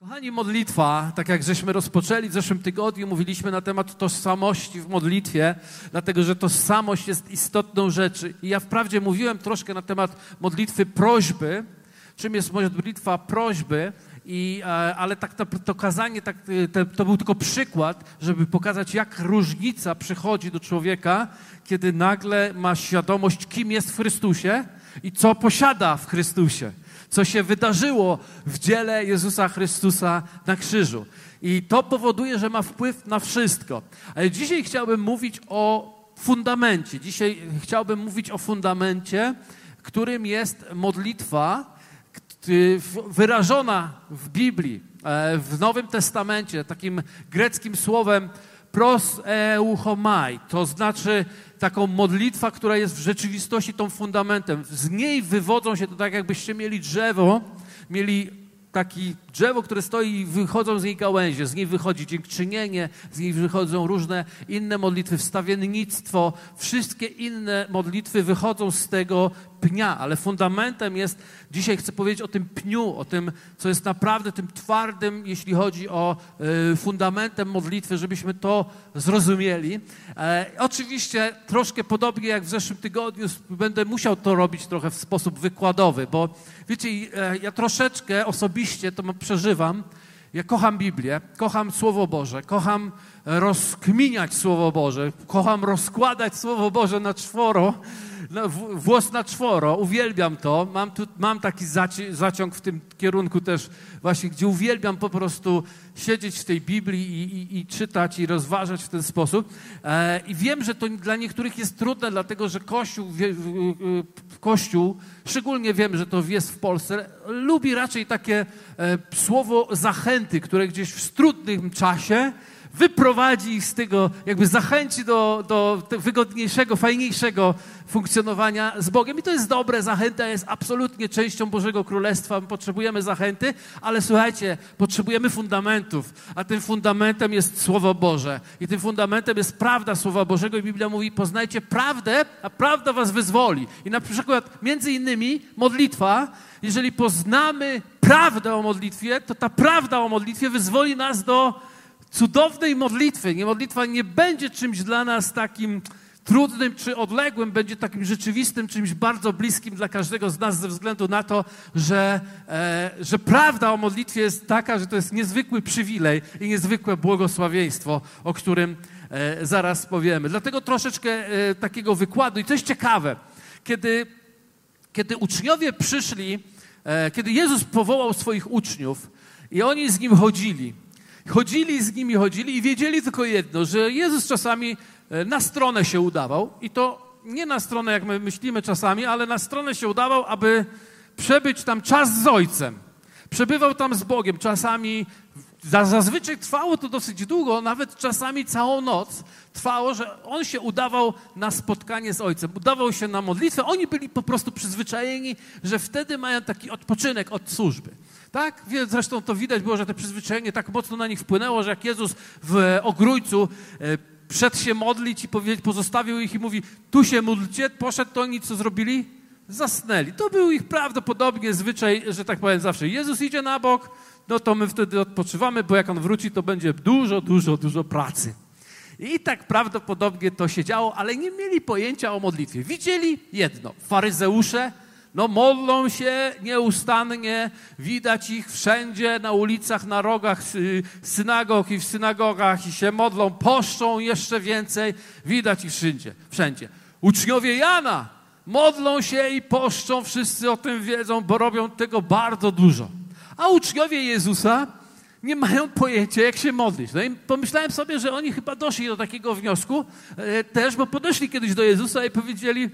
Kochani, modlitwa, tak jak żeśmy rozpoczęli w zeszłym tygodniu, mówiliśmy na temat tożsamości w modlitwie, dlatego że tożsamość jest istotną rzeczą. I ja wprawdzie mówiłem troszkę na temat modlitwy prośby, czym jest modlitwa prośby, ale tak to kazanie, to był tylko przykład, żeby pokazać, jak różnica przychodzi do człowieka, kiedy nagle ma świadomość, kim jest w Chrystusie i co posiada w Chrystusie. Co się wydarzyło w dziele Jezusa Chrystusa na krzyżu. I to powoduje, że ma wpływ na wszystko. Ale dzisiaj chciałbym mówić o fundamencie. Dzisiaj chciałbym mówić o fundamencie, którym jest modlitwa wyrażona w Biblii, w Nowym Testamencie, takim greckim słowem proseuchomai. To znaczy taką modlitwa, która jest w rzeczywistości tą fundamentem. Z niej wywodzą się, to tak jakbyście mieli drzewo, mieli takie drzewo, które stoi i wychodzą z niej gałęzie. Z niej wychodzi dziękczynienie, z niej wychodzą różne inne modlitwy, wstawiennictwo. Wszystkie inne modlitwy wychodzą z tego pnia, ale fundamentem jest, dzisiaj chcę powiedzieć o tym pniu, o tym, co jest naprawdę tym twardym, jeśli chodzi o fundamentem modlitwy, żebyśmy to zrozumieli. Oczywiście troszkę podobnie jak w zeszłym tygodniu będę musiał to robić trochę w sposób wykładowy, bo wiecie, ja troszeczkę osobiście to przeżywam. Ja kocham Biblię, kocham Słowo Boże, kocham rozkminiać Słowo Boże, kocham rozkładać Słowo Boże na czworo, włos na czworo, uwielbiam to. Mam taki zaciąg w tym kierunku też właśnie, gdzie uwielbiam po prostu siedzieć w tej Biblii i czytać i rozważać w ten sposób. I wiem, że to dla niektórych jest trudne, dlatego że Kościół, szczególnie wiem, że to jest w Polsce, lubi raczej takie słowo zachęty, które gdzieś w trudnym czasie wyprowadzi ich z tego, jakby zachęci do wygodniejszego, fajniejszego funkcjonowania z Bogiem. I to jest dobre, zachęta jest absolutnie częścią Bożego Królestwa. My potrzebujemy zachęty, ale słuchajcie, potrzebujemy fundamentów, a tym fundamentem jest Słowo Boże. I tym fundamentem jest prawda Słowa Bożego i Biblia mówi, poznajcie prawdę, a prawda was wyzwoli. I na przykład między innymi modlitwa, jeżeli poznamy prawdę o modlitwie, to ta prawda o modlitwie wyzwoli nas do cudownej modlitwy. Modlitwa nie będzie czymś dla nas takim trudnym czy odległym, będzie takim rzeczywistym, czymś bardzo bliskim dla każdego z nas ze względu na to, że prawda o modlitwie jest taka, że to jest niezwykły przywilej i niezwykłe błogosławieństwo, o którym zaraz powiemy. Dlatego troszeczkę takiego wykładu. I coś ciekawe, kiedy uczniowie przyszli, kiedy Jezus powołał swoich uczniów i oni z Nim chodzili i wiedzieli tylko jedno, że Jezus czasami na stronę się udawał i to nie na stronę, jak my myślimy czasami, ale na stronę się udawał, aby przebyć tam czas z Ojcem. Przebywał tam z Bogiem. Czasami, zazwyczaj trwało to dosyć długo, nawet czasami całą noc trwało, że On się udawał na spotkanie z Ojcem. Udawał się na modlitwę. Oni byli po prostu przyzwyczajeni, że wtedy mają taki odpoczynek od służby. Tak? Zresztą to widać było, że to przyzwyczajenie tak mocno na nich wpłynęło, że jak Jezus w ogrójcu szedł się modlić i pozostawił ich i mówi, tu się módlcie, poszedł, to oni co zrobili? Zasnęli. To był ich prawdopodobnie zwyczaj, że tak powiem zawsze. Jezus idzie na bok, no to my wtedy odpoczywamy, bo jak On wróci, to będzie dużo pracy. I tak prawdopodobnie to się działo, ale nie mieli pojęcia o modlitwie. Widzieli jedno, faryzeusze, modlą się nieustannie, widać ich wszędzie, na ulicach, na rogach synagog i w synagogach i się modlą, poszczą jeszcze więcej, widać ich wszędzie. Uczniowie Jana modlą się i poszczą, wszyscy o tym wiedzą, bo robią tego bardzo dużo. A uczniowie Jezusa nie mają pojęcia, jak się modlić. No i pomyślałem sobie, że oni chyba doszli do takiego wniosku też, bo podeszli kiedyś do Jezusa i powiedzieli...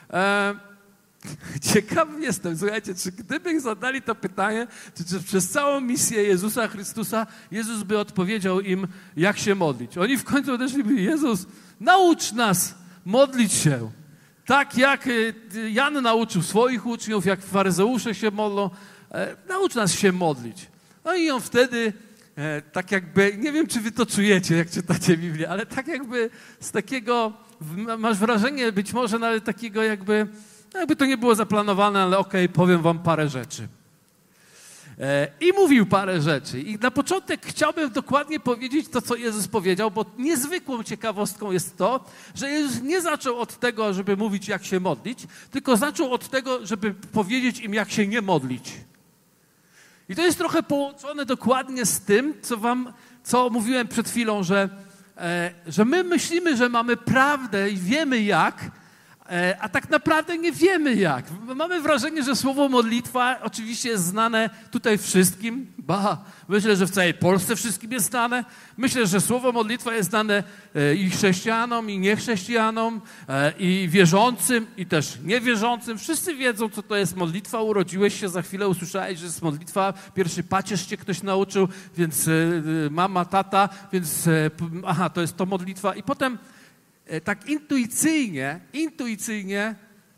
Ciekawy jestem, słuchajcie, czy gdyby ich zadali to pytanie, czy przez całą misję Jezusa Chrystusa Jezus by odpowiedział im, jak się modlić. Oni w końcu odeszli i mówili, Jezus, naucz nas modlić się. Tak jak Jan nauczył swoich uczniów, jak faryzeusze się modlą, naucz nas się modlić. No i on wtedy, tak jakby, nie wiem, czy wy to czujecie, jak czytacie Biblię, ale tak jakby z takiego, masz wrażenie być może nawet takiego jakby to nie było zaplanowane, ale okej, powiem wam parę rzeczy. I mówił parę rzeczy. I na początek chciałbym dokładnie powiedzieć to, co Jezus powiedział, bo niezwykłą ciekawostką jest to, że Jezus nie zaczął od tego, żeby mówić, jak się modlić, tylko zaczął od tego, żeby powiedzieć im, jak się nie modlić. I to jest trochę połączone dokładnie z tym, co mówiłem przed chwilą, że my myślimy, że mamy prawdę i wiemy jak, a tak naprawdę nie wiemy jak. Mamy wrażenie, że słowo modlitwa oczywiście jest znane tutaj wszystkim. Myślę, że w całej Polsce wszystkim jest znane. Myślę, że słowo modlitwa jest znane i chrześcijanom, i niechrześcijanom, i wierzącym, i też niewierzącym. Wszyscy wiedzą, co to jest modlitwa. Urodziłeś się, za chwilę usłyszałeś, że jest modlitwa. Pierwszy pacierz cię ktoś nauczył, więc mama, tata, więc to jest to modlitwa. I potem tak intuicyjnie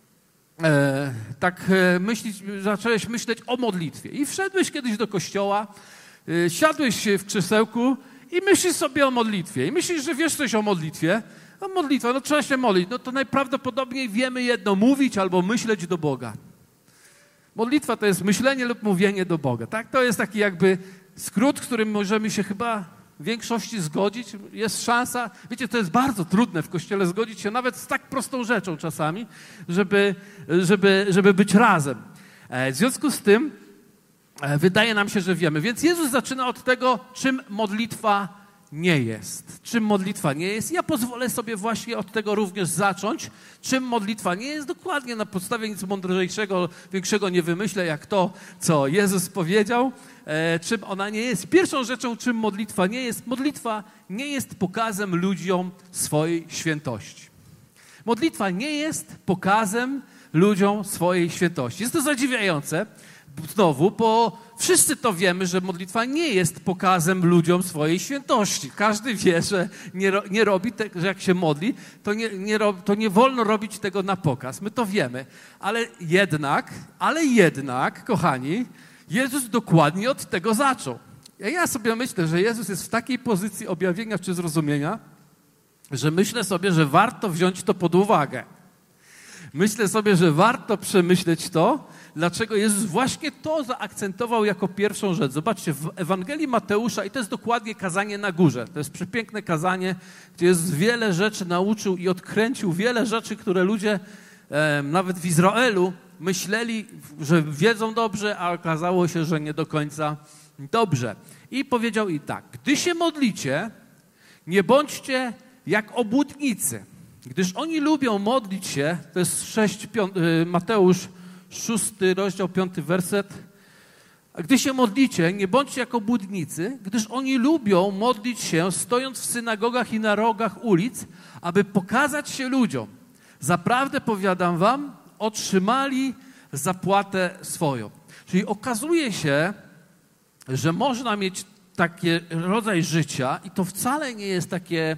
zacząłeś myśleć o modlitwie. I wszedłeś kiedyś do kościoła, siadłeś w krzesełku i myślisz sobie o modlitwie. I myślisz, że wiesz coś o modlitwie. No modlitwa, trzeba się modlić. No to najprawdopodobniej wiemy jedno, mówić albo myśleć do Boga. Modlitwa to jest myślenie lub mówienie do Boga. Tak? To jest taki jakby skrót, którym możemy się chyba w większości zgodzić. Jest szansa, wiecie, to jest bardzo trudne w Kościele zgodzić się nawet z tak prostą rzeczą czasami, żeby być razem. W związku z tym wydaje nam się, że wiemy. Więc Jezus zaczyna od tego, czym modlitwa nie jest. Czym modlitwa nie jest. Ja pozwolę sobie właśnie od tego również zacząć. Czym modlitwa nie jest. Dokładnie na podstawie nic mądrzejszego, większego nie wymyślę, jak to, co Jezus powiedział. Czym ona nie jest. Pierwszą rzeczą, czym modlitwa nie jest pokazem ludziom swojej świętości. Modlitwa nie jest pokazem ludziom swojej świętości. Jest to zadziwiające, znowu, bo wszyscy to wiemy, że modlitwa nie jest pokazem ludziom swojej świętości. Każdy wie, że nie robi tego, że jak się modli, to nie wolno robić tego na pokaz. My to wiemy. Ale jednak, kochani, Jezus dokładnie od tego zaczął. Ja sobie myślę, że Jezus jest w takiej pozycji objawienia czy zrozumienia, że myślę sobie, że warto wziąć to pod uwagę. Myślę sobie, że warto przemyśleć to, dlaczego Jezus właśnie to zaakcentował jako pierwszą rzecz. Zobaczcie, w Ewangelii Mateusza, i to jest dokładnie kazanie na górze, to jest przepiękne kazanie, gdzie Jezus wiele rzeczy nauczył i odkręcił wiele rzeczy, które ludzie nawet w Izraelu myśleli, że wiedzą dobrze, a okazało się, że nie do końca dobrze. I powiedział i tak: gdy się modlicie, nie bądźcie jak obłudnicy, gdyż oni lubią modlić się, to jest Mateusz 6 rozdział 5 werset. A gdy się modlicie, nie bądźcie jak obłudnicy, gdyż oni lubią modlić się, stojąc w synagogach i na rogach ulic, aby pokazać się ludziom. Zaprawdę powiadam wam, otrzymali zapłatę swoją. Czyli okazuje się, że można mieć taki rodzaj życia i to wcale nie jest takie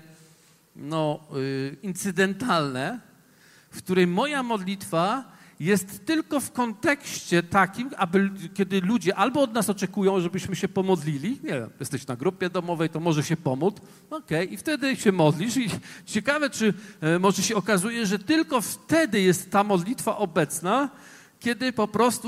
incydentalne, w którym moja modlitwa jest tylko w kontekście takim, kiedy ludzie albo od nas oczekują, żebyśmy się pomodlili, nie wiem, jesteś na grupie domowej, to może się pomódl, i wtedy się modlisz i ciekawe, czy może się okazuje, że tylko wtedy jest ta modlitwa obecna, kiedy po prostu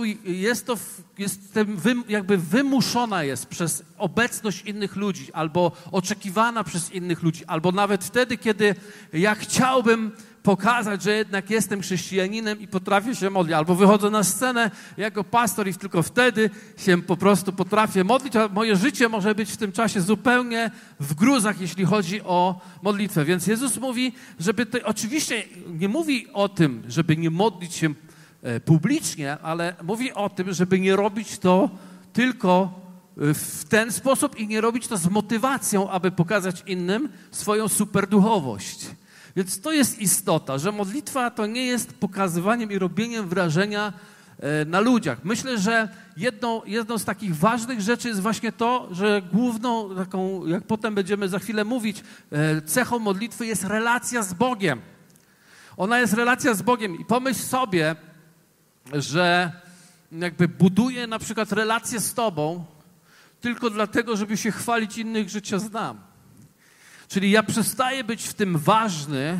jakby wymuszona jest przez obecność innych ludzi, albo oczekiwana przez innych ludzi, albo nawet wtedy, kiedy ja chciałbym pokazać, że jednak jestem chrześcijaninem i potrafię się modlić, albo wychodzę na scenę jako pastor i tylko wtedy się po prostu potrafię modlić, a moje życie może być w tym czasie zupełnie w gruzach, jeśli chodzi o modlitwę. Więc Jezus mówi, oczywiście nie mówi o tym, żeby nie modlić się publicznie, ale mówi o tym, żeby nie robić to tylko w ten sposób i nie robić to z motywacją, aby pokazać innym swoją superduchowość. Więc to jest istota, że modlitwa to nie jest pokazywaniem i robieniem wrażenia na ludziach. Myślę, że jedną z takich ważnych rzeczy jest właśnie to, że główną taką, jak potem będziemy za chwilę mówić, cechą modlitwy jest relacja z Bogiem. Ona jest relacja z Bogiem i pomyśl sobie, że jakby buduję na przykład relację z Tobą tylko dlatego, żeby się chwalić innych, że Cię znam. Czyli ja przestaję być w tym ważny,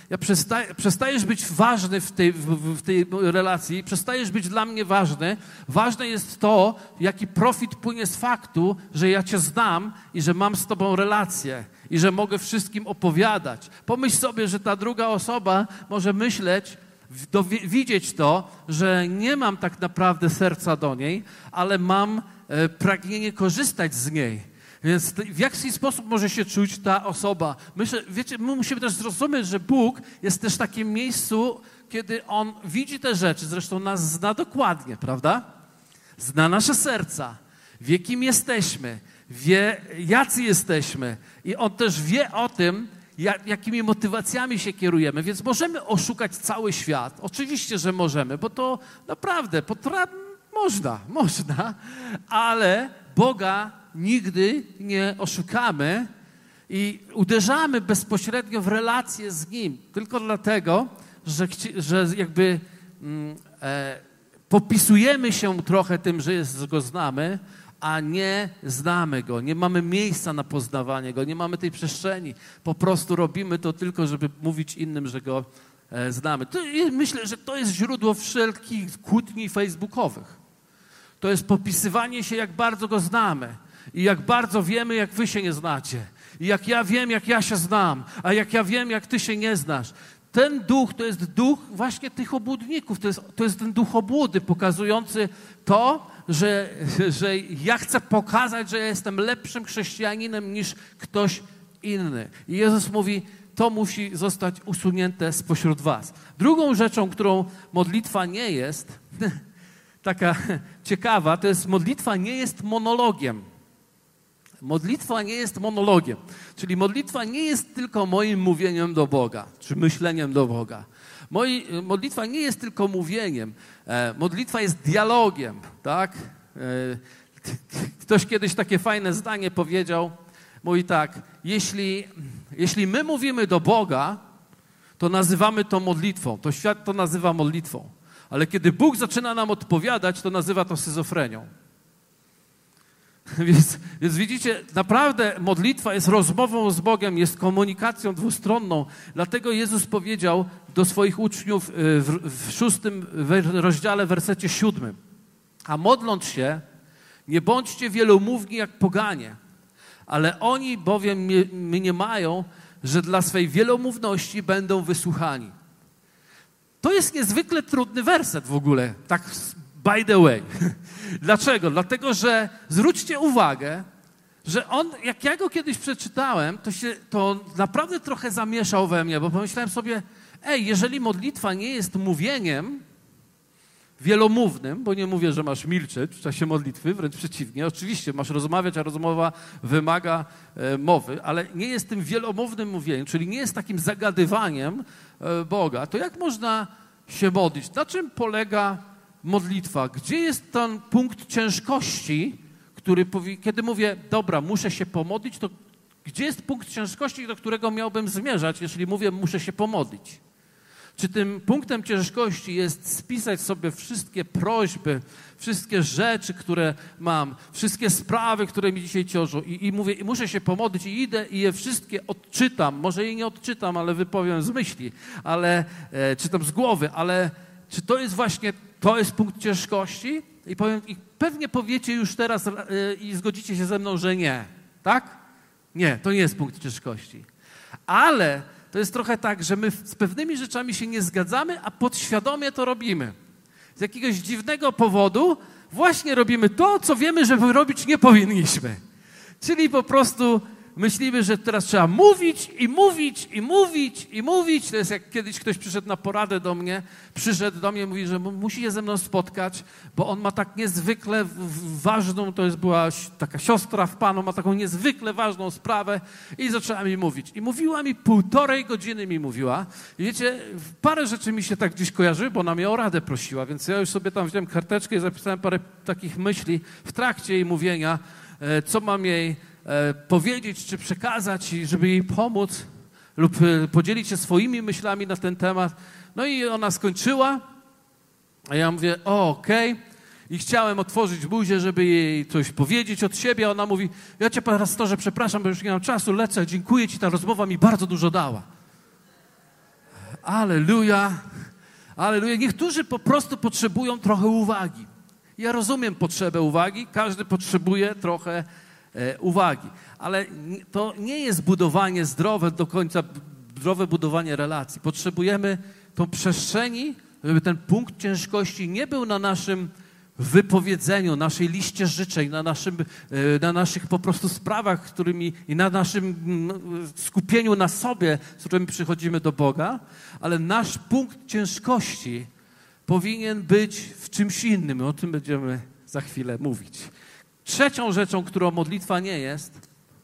Przestajesz być ważny w tej relacji, przestajesz być dla mnie ważny. Ważne jest to, jaki profit płynie z faktu, że ja cię znam i że mam z tobą relację i że mogę wszystkim opowiadać. Pomyśl sobie, że ta druga osoba może myśleć, widzieć to, że nie mam tak naprawdę serca do niej, ale mam pragnienie korzystać z niej. Więc w jaki sposób może się czuć ta osoba? Myślę, wiecie, my musimy też zrozumieć, że Bóg jest też w takim miejscu, kiedy On widzi te rzeczy, zresztą nas zna dokładnie, prawda? Zna nasze serca, wie, kim jesteśmy, wie, jacy jesteśmy i On też wie o tym, jakimi motywacjami się kierujemy, więc możemy oszukać cały świat. Oczywiście, że możemy, bo to naprawdę można, ale Boga nigdy nie oszukamy i uderzamy bezpośrednio w relację z Nim, tylko dlatego, że jakby popisujemy się trochę tym, że Go znamy, a nie znamy Go, nie mamy miejsca na poznawanie Go, nie mamy tej przestrzeni. Po prostu robimy to tylko, żeby mówić innym, że Go znamy. Myślę, że to jest źródło wszelkich kłótni facebookowych. To jest popisywanie się, jak bardzo Go znamy i jak bardzo wiemy, jak wy się nie znacie. I jak ja wiem, jak ja się znam, a jak ja wiem, jak ty się nie znasz. Ten duch to jest duch właśnie tych obłudników. To jest ten duch obłudy pokazujący to, że ja chcę pokazać, że ja jestem lepszym chrześcijaninem niż ktoś inny. I Jezus mówi, to musi zostać usunięte spośród was. Drugą rzeczą, którą modlitwa nie jest, taka ciekawa, to jest modlitwa nie jest monologiem. Modlitwa nie jest monologiem, czyli modlitwa nie jest tylko moim mówieniem do Boga, czy myśleniem do Boga. Modlitwa nie jest tylko mówieniem, modlitwa jest dialogiem, tak? Ktoś kiedyś takie fajne zdanie powiedział, mówi tak, jeśli my mówimy do Boga, to nazywamy to modlitwą, to świat to nazywa modlitwą, ale kiedy Bóg zaczyna nam odpowiadać, to nazywa to schizofrenią. Więc widzicie, naprawdę modlitwa jest rozmową z Bogiem, jest komunikacją dwustronną. Dlatego Jezus powiedział do swoich uczniów w 6 rozdziale, wersecie 7. A modląc się, nie bądźcie wielomówni jak poganie, ale oni bowiem mniemają, że dla swej wielomówności będą wysłuchani. To jest niezwykle trudny werset w ogóle, tak by the way. Dlaczego? Dlatego, że zwróćcie uwagę, że on, jak ja go kiedyś przeczytałem, to naprawdę trochę zamieszał we mnie, bo pomyślałem sobie, jeżeli modlitwa nie jest mówieniem wielomównym, bo nie mówię, że masz milczeć w czasie modlitwy, wręcz przeciwnie, oczywiście masz rozmawiać, a rozmowa wymaga mowy, ale nie jest tym wielomównym mówieniem, czyli nie jest takim zagadywaniem Boga, to jak można się modlić? Na czym polega modlitwa? Gdzie jest ten punkt ciężkości, kiedy mówię, dobra, muszę się pomodlić, to gdzie jest punkt ciężkości, do którego miałbym zmierzać, jeśli mówię, muszę się pomodlić? Czy tym punktem ciężkości jest spisać sobie wszystkie prośby, wszystkie rzeczy, które mam, wszystkie sprawy, które mi dzisiaj ciążą i mówię, i muszę się pomodlić i idę i je wszystkie odczytam. Może je nie odczytam, ale wypowiem z myśli, czytam z głowy, ale czy to jest właśnie, to jest punkt ciężkości? I pewnie powiecie już teraz i zgodzicie się ze mną, że nie. Tak? Nie, to nie jest punkt ciężkości. Ale to jest trochę tak, że my z pewnymi rzeczami się nie zgadzamy, a podświadomie to robimy. Z jakiegoś dziwnego powodu właśnie robimy to, co wiemy, że robić nie powinniśmy. Czyli po prostu myślimy, że teraz trzeba mówić i mówić i mówić i mówić. To jest jak kiedyś ktoś przyszedł na poradę do mnie, mówi, że musi się ze mną spotkać, bo on ma tak niezwykle ważną, była taka siostra w Panu, ma taką niezwykle ważną sprawę i zaczęła mi mówić. I mówiła mi 1,5 godziny mi mówiła. I wiecie, parę rzeczy mi się tak gdzieś kojarzyły, bo ona mnie o radę prosiła, więc ja już sobie tam wziąłem karteczkę i zapisałem parę takich myśli w trakcie jej mówienia, co mam jej powiedzieć, czy przekazać, żeby jej pomóc lub podzielić się swoimi myślami na ten temat. No i ona skończyła, a ja mówię, okej. I chciałem otworzyć buzię, żeby jej coś powiedzieć od siebie, a ona mówi, ja cię, pastorze, przepraszam, bo już nie mam czasu, lecę, dziękuję ci, ta rozmowa mi bardzo dużo dała. Alleluja. Alleluja. Niektórzy po prostu potrzebują trochę uwagi. Ja rozumiem potrzebę uwagi, każdy potrzebuje trochę uwagi, ale to nie jest budowanie zdrowe, do końca zdrowe budowanie relacji. Potrzebujemy tą przestrzeni, żeby ten punkt ciężkości nie był na naszym wypowiedzeniu, naszej liście życzeń, na naszych po prostu sprawach, którymi i na naszym skupieniu na sobie, z którymi przychodzimy do Boga, ale nasz punkt ciężkości powinien być w czymś innym. O tym będziemy za chwilę mówić. Trzecią rzeczą, którą modlitwa nie jest,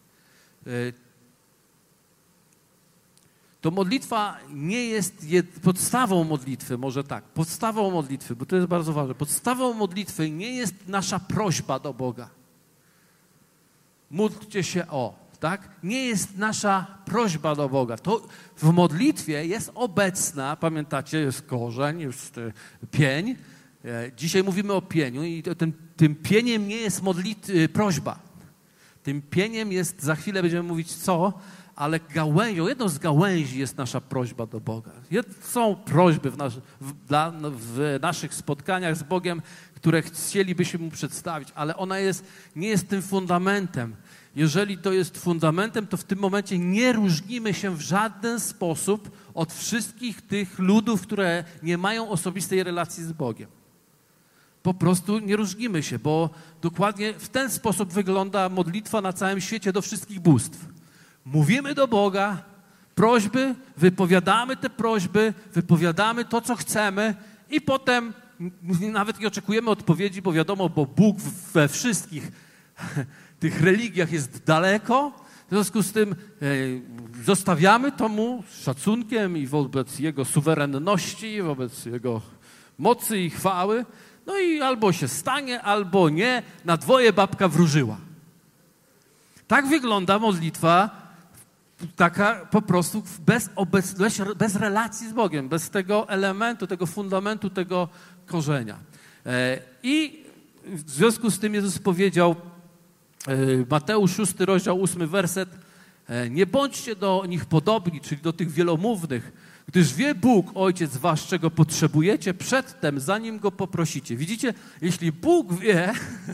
to modlitwa nie jest podstawą modlitwy, może tak, podstawą modlitwy, bo to jest bardzo ważne. Podstawą modlitwy nie jest nasza prośba do Boga. Módlcie się tak? Nie jest nasza prośba do Boga. To w modlitwie jest obecna, pamiętacie, jest korzeń, jest pień. Dzisiaj mówimy o pieniu i tym pieniem nie jest prośba. Tym pieniem jest, za chwilę będziemy mówić co, ale jedną z gałęzi jest nasza prośba do Boga. Są prośby w naszych spotkaniach z Bogiem, które chcielibyśmy Mu przedstawić, ale ona nie jest tym fundamentem. Jeżeli to jest fundamentem, to w tym momencie nie różnimy się w żaden sposób od wszystkich tych ludów, które nie mają osobistej relacji z Bogiem. Po prostu nie różnimy się, bo dokładnie w ten sposób wygląda modlitwa na całym świecie do wszystkich bóstw. Mówimy do Boga, prośby, wypowiadamy te prośby, wypowiadamy to, co chcemy i potem nawet nie oczekujemy odpowiedzi, bo wiadomo, bo Bóg we wszystkich tych religiach jest daleko, w związku z tym zostawiamy to Mu z szacunkiem i wobec Jego suwerenności, wobec Jego mocy i chwały, no i albo się stanie, albo nie, na dwoje babka wróżyła. Tak wygląda modlitwa taka po prostu bez relacji z Bogiem, bez tego elementu, tego fundamentu, tego korzenia. I w związku z tym Jezus powiedział, Mateusz 6, rozdział 8, werset, nie bądźcie do nich podobni, czyli do tych wielomównych, gdyż wie Bóg, Ojciec wasz, czego potrzebujecie przedtem, zanim Go poprosicie. Widzicie, jeśli Bóg wie,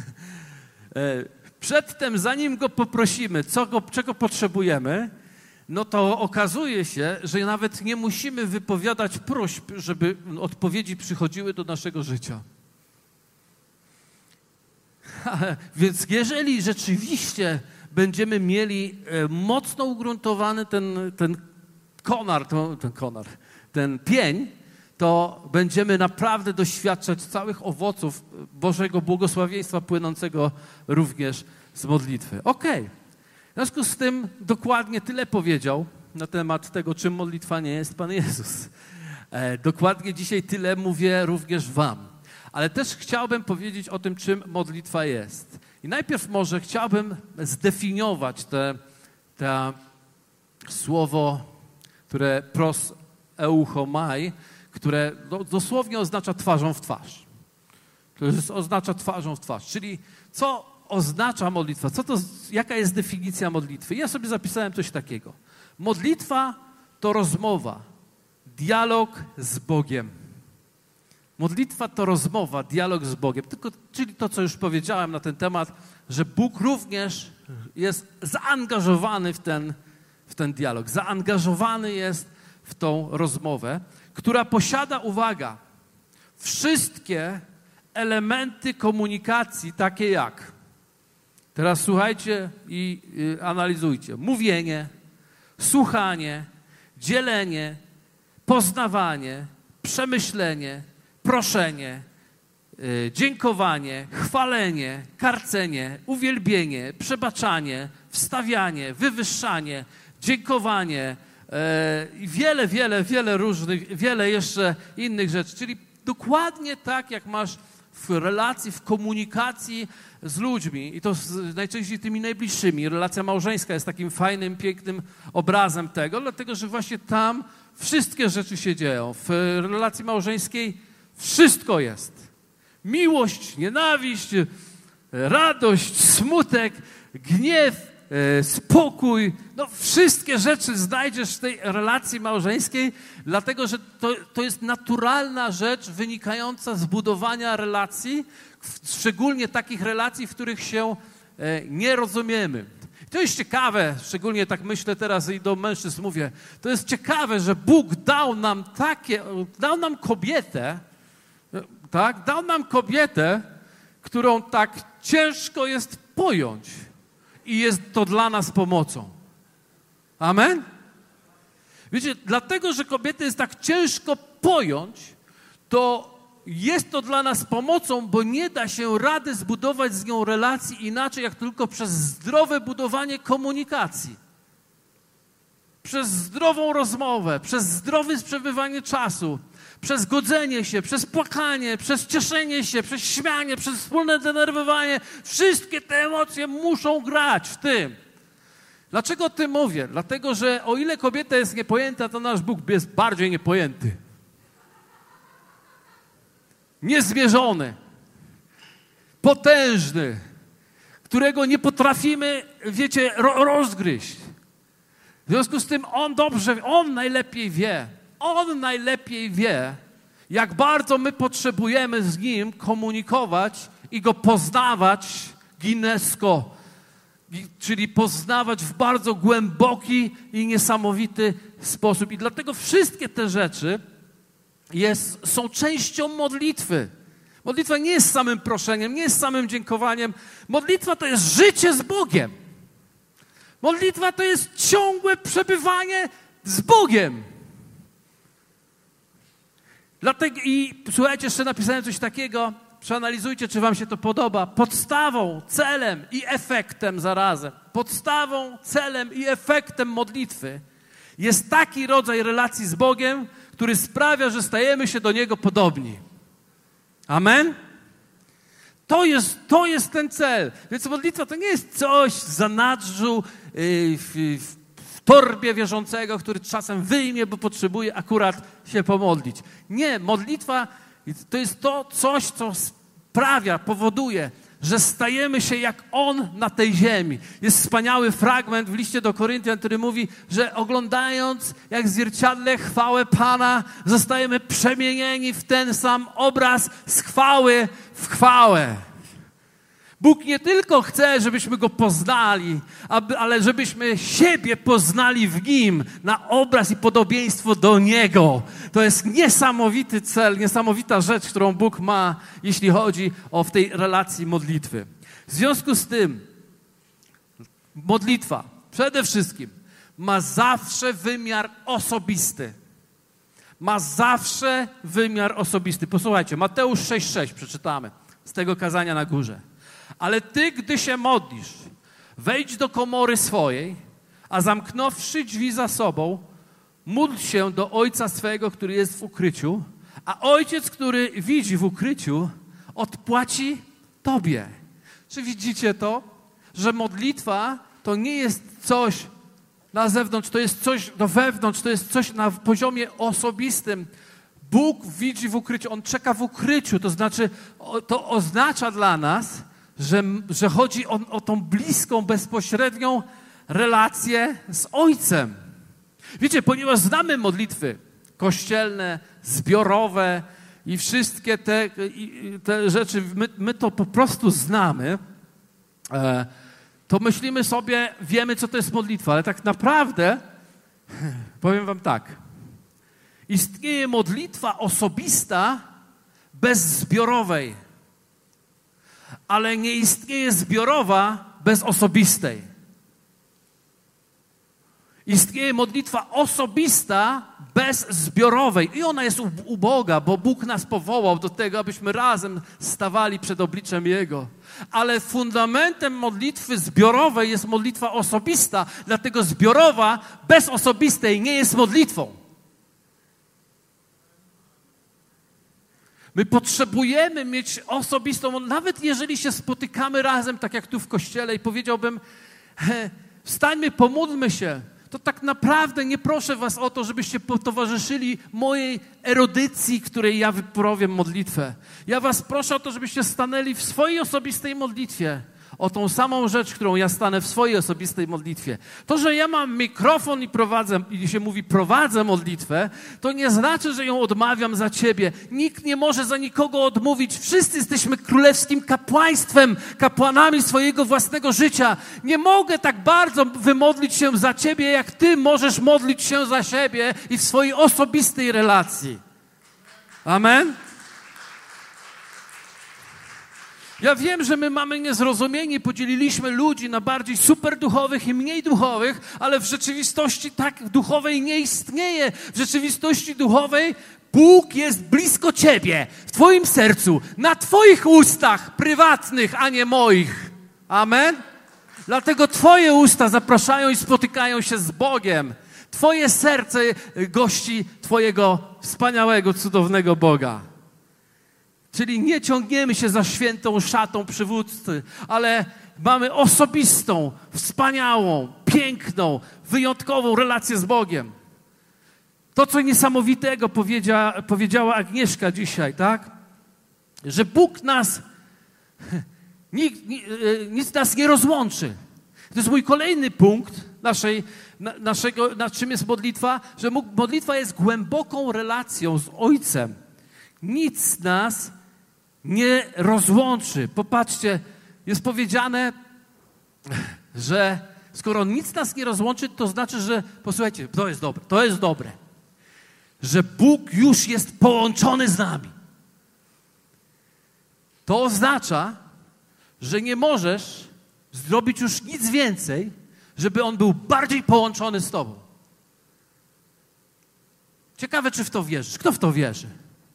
przedtem, zanim Go poprosimy, czego potrzebujemy, no to okazuje się, że nawet nie musimy wypowiadać próśb, żeby odpowiedzi przychodziły do naszego życia. Więc jeżeli rzeczywiście będziemy mieli mocno ugruntowany ten pień, to będziemy naprawdę doświadczać całych owoców Bożego błogosławieństwa płynącego również z modlitwy. Okej. W związku z tym dokładnie tyle powiedział na temat tego, czym modlitwa nie jest Pan Jezus. Dokładnie dzisiaj tyle mówię również wam. Ale też chciałbym powiedzieć o tym, czym modlitwa jest. I najpierw może chciałbym zdefiniować te słowo, które pros euchomai, które dosłownie oznacza twarzą w twarz. To oznacza twarzą w twarz. Czyli co oznacza modlitwa? Jaka jest definicja modlitwy? Ja sobie zapisałem coś takiego. Modlitwa to rozmowa, dialog z Bogiem. Modlitwa to rozmowa, dialog z Bogiem. Czyli to, co już powiedziałem na ten temat, że Bóg również jest zaangażowany w ten dialog. Zaangażowany jest w tą rozmowę, która posiada, uwaga, wszystkie elementy komunikacji, takie jak, teraz słuchajcie i analizujcie, mówienie, słuchanie, dzielenie, poznawanie, przemyślenie, proszenie, dziękowanie, chwalenie, karcenie, uwielbienie, przebaczanie, wstawianie, wywyższanie, dziękowanie i wiele różnych, wiele jeszcze innych rzeczy. Czyli dokładnie tak, jak masz w relacji, w komunikacji z ludźmi i to najczęściej tymi najbliższymi. Relacja małżeńska jest takim fajnym, pięknym obrazem tego, dlatego że właśnie tam wszystkie rzeczy się dzieją. W relacji małżeńskiej wszystko jest. Miłość, nienawiść, radość, smutek, gniew, spokój. No, wszystkie rzeczy znajdziesz w tej relacji małżeńskiej, dlatego że to jest naturalna rzecz wynikająca z budowania relacji, szczególnie takich relacji, w których się nie rozumiemy. To jest ciekawe, szczególnie tak myślę teraz i do mężczyzn mówię, to jest ciekawe, że Bóg dał nam kobietę, tak? Dał nam kobietę, którą tak ciężko jest pojąć i jest to dla nas pomocą. Amen? Wiecie, dlatego, że kobietę jest tak ciężko pojąć, to jest to dla nas pomocą, bo nie da się rady zbudować z nią relacji inaczej, jak tylko przez zdrowe budowanie komunikacji. Przez zdrową rozmowę, przez zdrowe przebywanie czasu, przez godzenie się, przez płakanie, przez cieszenie się, przez śmianie, przez wspólne denerwowanie. Wszystkie te emocje muszą grać w tym. Dlaczego o tym mówię? Dlatego, że o ile kobieta jest niepojęta, to nasz Bóg jest bardziej niepojęty. Niezmierzony, potężny, którego nie potrafimy, wiecie, rozgryźć. W związku z tym On najlepiej wie, jak bardzo my potrzebujemy z Nim komunikować i Go poznawać ginesko, czyli poznawać w bardzo głęboki i niesamowity sposób. I dlatego wszystkie te rzeczy są częścią modlitwy. Modlitwa nie jest samym proszeniem, nie jest samym dziękowaniem. Modlitwa to jest życie z Bogiem. Modlitwa to jest ciągłe przebywanie z Bogiem. Dlatego i słuchajcie, jeszcze napisałem coś takiego, przeanalizujcie, czy wam się to podoba. Podstawą, celem i efektem zarazem, podstawą, celem i efektem modlitwy jest taki rodzaj relacji z Bogiem, który sprawia, że stajemy się do Niego podobni. Amen? To jest ten cel. Więc modlitwa to nie jest coś w zanadrzu, w torbie wierzącego, który czasem wyjmie, bo potrzebuje akurat się pomodlić. Nie, modlitwa to jest coś, co powoduje, że stajemy się jak On na tej ziemi. Jest wspaniały fragment w liście do Koryntian, który mówi, że oglądając jak w zwierciadle chwałę Pana, zostajemy przemienieni w ten sam obraz z chwały w chwałę. Bóg nie tylko chce, żebyśmy Go poznali, ale żebyśmy siebie poznali w Nim na obraz i podobieństwo do Niego. To jest niesamowity cel, niesamowita rzecz, którą Bóg ma, jeśli chodzi o w tej relacji modlitwy. W związku z tym modlitwa przede wszystkim ma zawsze wymiar osobisty. Ma zawsze wymiar osobisty. Posłuchajcie, Mateusz 6,6 przeczytamy z tego kazania na górze. Ale ty, gdy się modlisz, wejdź do komory swojej, a zamknąwszy drzwi za sobą, módl się do Ojca swego, który jest w ukryciu, a Ojciec, który widzi w ukryciu, odpłaci tobie. Czy widzicie to? Że modlitwa to nie jest coś na zewnątrz, to jest coś do wewnątrz, to jest coś na poziomie osobistym. Bóg widzi w ukryciu, On czeka w ukryciu, to znaczy to oznacza dla nas, że chodzi o tą bliską, bezpośrednią relację z Ojcem. Wiecie, ponieważ znamy modlitwy kościelne, zbiorowe i wszystkie te rzeczy, my to po prostu znamy, to myślimy sobie, wiemy, co to jest modlitwa, ale tak naprawdę, powiem wam tak, istnieje modlitwa osobista bez zbiorowej, ale nie istnieje zbiorowa bez osobistej. Istnieje modlitwa osobista bez zbiorowej i ona jest u Boga, bo Bóg nas powołał do tego, abyśmy razem stawali przed obliczem Jego. Ale fundamentem modlitwy zbiorowej jest modlitwa osobista, dlatego zbiorowa bez osobistej nie jest modlitwą. My potrzebujemy mieć osobistą, nawet jeżeli się spotykamy razem, tak jak tu w kościele i powiedziałbym, wstańmy, pomódlmy się, to tak naprawdę nie proszę was o to, żebyście towarzyszyli mojej erudycji, której ja wypowiem modlitwę. Ja was proszę o to, żebyście stanęli w swojej osobistej modlitwie o tą samą rzecz, którą ja stanę w swojej osobistej modlitwie. To, że ja mam mikrofon i się mówi prowadzę modlitwę, to nie znaczy, że ją odmawiam za ciebie. Nikt nie może za nikogo odmówić. Wszyscy jesteśmy królewskim kapłaństwem, kapłanami swojego własnego życia. Nie mogę tak bardzo wymodlić się za ciebie, jak ty możesz modlić się za siebie i w swojej osobistej relacji. Amen? Ja wiem, że my mamy niezrozumienie, podzieliliśmy ludzi na bardziej superduchowych i mniej duchowych, ale w rzeczywistości tak duchowej nie istnieje. W rzeczywistości duchowej Bóg jest blisko ciebie, w twoim sercu, na twoich ustach prywatnych, a nie moich. Amen? Dlatego twoje usta zapraszają i spotykają się z Bogiem. Twoje serce gości twojego wspaniałego, cudownego Boga. Czyli nie ciągniemy się za świętą szatą przywódcy, ale mamy osobistą, wspaniałą, piękną, wyjątkową relację z Bogiem. To, co niesamowitego powiedziała Agnieszka dzisiaj, tak? Że Bóg nas, nic nas nie rozłączy. To jest mój kolejny punkt nad czym jest modlitwa, że modlitwa jest głęboką relacją z Ojcem. Nic nas nie rozłączy. Popatrzcie, jest powiedziane, że skoro nic nas nie rozłączy, to znaczy, że, posłuchajcie, to jest dobre, że Bóg już jest połączony z nami. To oznacza, że nie możesz zrobić już nic więcej, żeby On był bardziej połączony z tobą. Ciekawe, czy w to wierzysz. Kto w to wierzy?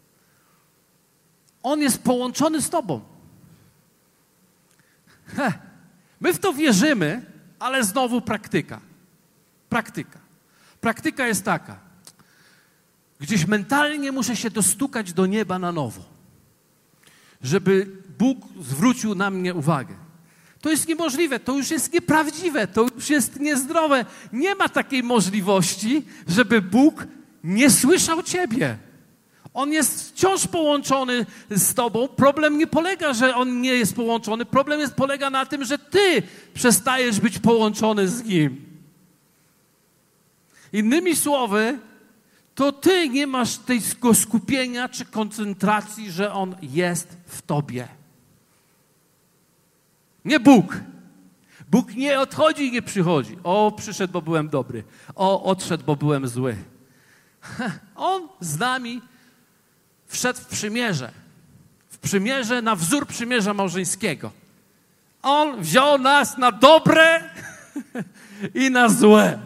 On jest połączony z tobą. My w to wierzymy, ale znowu praktyka. Praktyka jest taka. Gdzieś mentalnie muszę się dostukać do nieba na nowo, żeby Bóg zwrócił na mnie uwagę. To jest niemożliwe, to już jest nieprawdziwe, to już jest niezdrowe. Nie ma takiej możliwości, żeby Bóg nie słyszał ciebie. On jest wciąż połączony z tobą. Problem nie polega, że on nie jest połączony. Problem polega na tym, że ty przestajesz być połączony z Nim. Innymi słowy, to ty nie masz tego skupienia czy koncentracji, że On jest w tobie. Nie Bóg. Bóg nie odchodzi i nie przychodzi. O, przyszedł, bo byłem dobry. O, odszedł, bo byłem zły. On z nami wszedł w przymierze. W przymierze na wzór przymierza małżeńskiego. On wziął nas na dobre i na złe.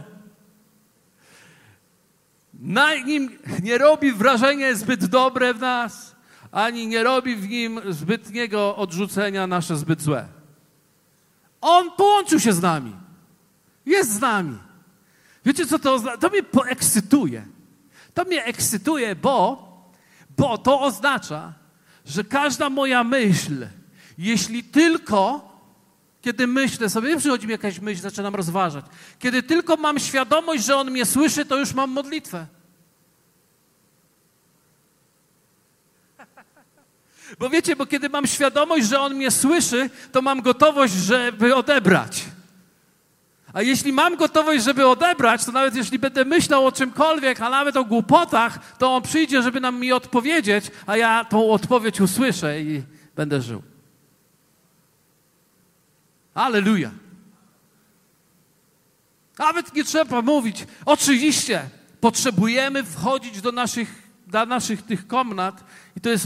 Na nim nie robi wrażenia zbyt dobre w nas, ani nie robi w nim zbytniego odrzucenia nasze zbyt złe. On połączył się z nami. Jest z nami. Wiecie, co to oznacza? To mnie poekscytuje. To mnie ekscytuje, bo to oznacza, że każda moja myśl, jeśli tylko, kiedy myślę sobie, przychodzi mi jakaś myśl, zaczynam rozważać. Kiedy tylko mam świadomość, że On mnie słyszy, to już mam modlitwę. Bo wiecie, bo kiedy mam świadomość, że On mnie słyszy, to mam gotowość, żeby odebrać. A jeśli mam gotowość, żeby odebrać, to nawet jeśli będę myślał o czymkolwiek, a nawet o głupotach, to On przyjdzie, żeby nam mi odpowiedzieć, a ja tą odpowiedź usłyszę i będę żył. Alleluja. Nawet nie trzeba mówić. Oczywiście potrzebujemy wchodzić do naszych tych komnat i to jest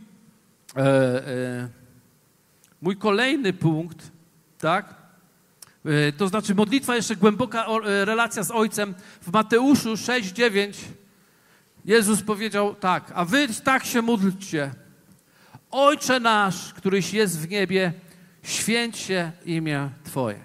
mój kolejny punkt, tak? To znaczy modlitwa, jeszcze głęboka relacja z Ojcem. W Mateuszu 6:9 Jezus powiedział tak: a wy tak się módlcie. Ojcze nasz, któryś jest w niebie, święć się imię Twoje.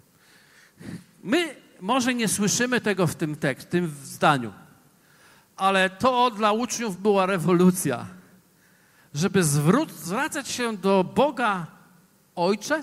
My może nie słyszymy tego w tym zdaniu, ale to dla uczniów była rewolucja. Żeby zwracać się do Boga Ojcze?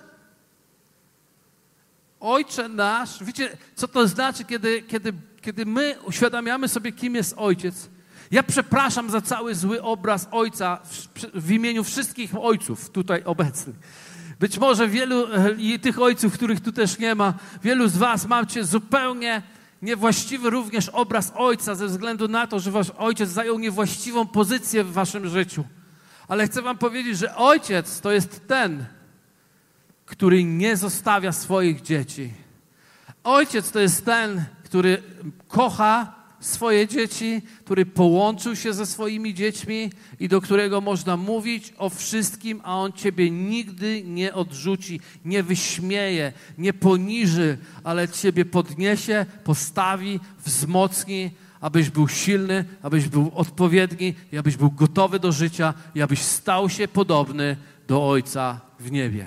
Ojcze nasz. Wiecie, co to znaczy, kiedy my uświadamiamy sobie, kim jest Ojciec? Ja przepraszam za cały zły obraz Ojca w imieniu wszystkich ojców tutaj obecnych. Być może wielu i tych ojców, których tu też nie ma, wielu z was macie zupełnie niewłaściwy również obraz ojca ze względu na to, że wasz ojciec zajął niewłaściwą pozycję w waszym życiu. Ale chcę wam powiedzieć, że ojciec to jest ten, który nie zostawia swoich dzieci. Ojciec to jest ten, który kocha swoje dzieci, który połączył się ze swoimi dziećmi i do którego można mówić o wszystkim, a on ciebie nigdy nie odrzuci, nie wyśmieje, nie poniży, ale ciebie podniesie, postawi, wzmocni, abyś był silny, abyś był odpowiedni i abyś był gotowy do życia i abyś stał się podobny do Ojca w niebie.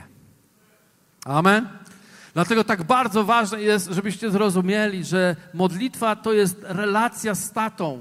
Amen. Dlatego tak bardzo ważne jest, żebyście zrozumieli, że modlitwa to jest relacja z tatą,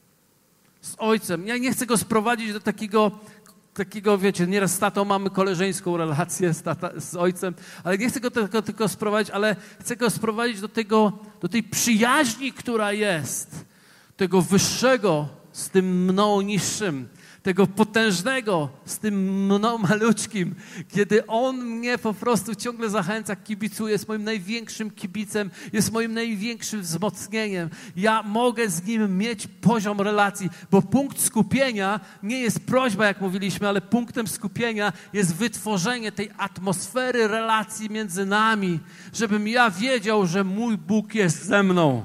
z ojcem. Ja nie chcę go sprowadzić do takiego, wiecie, nieraz z tatą mamy koleżeńską relację z ojcem, ale nie chcę go tylko sprowadzić, ale chcę go sprowadzić do tej przyjaźni, która jest, tego wyższego z tym mną niższym, tego potężnego z tym mną maluczkim, kiedy on mnie po prostu ciągle zachęca, kibicuje, jest moim największym kibicem, jest moim największym wzmocnieniem. Ja mogę z nim mieć poziom relacji, bo punkt skupienia nie jest prośba, jak mówiliśmy, ale punktem skupienia jest wytworzenie tej atmosfery relacji między nami, żebym ja wiedział, że mój Bóg jest ze mną.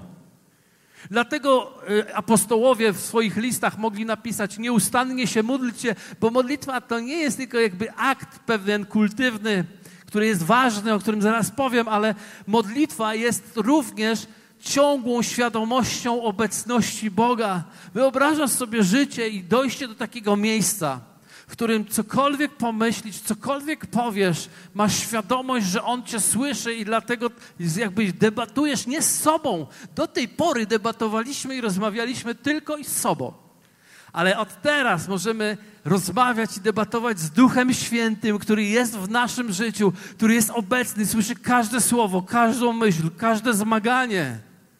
Dlatego apostołowie w swoich listach mogli napisać: nieustannie się módlcie, bo modlitwa to nie jest tylko jakby akt pewien kultywny, który jest ważny, o którym zaraz powiem, ale modlitwa jest również ciągłą świadomością obecności Boga. Wyobrażasz sobie życie i dojście do takiego miejsca, w którym cokolwiek pomyślisz, cokolwiek powiesz, masz świadomość, że On cię słyszy i dlatego jakby debatujesz nie z sobą. Do tej pory debatowaliśmy i rozmawialiśmy tylko i z sobą. Ale od teraz możemy rozmawiać i debatować z Duchem Świętym, który jest w naszym życiu, który jest obecny, słyszy każde słowo, każdą myśl, każde zmaganie.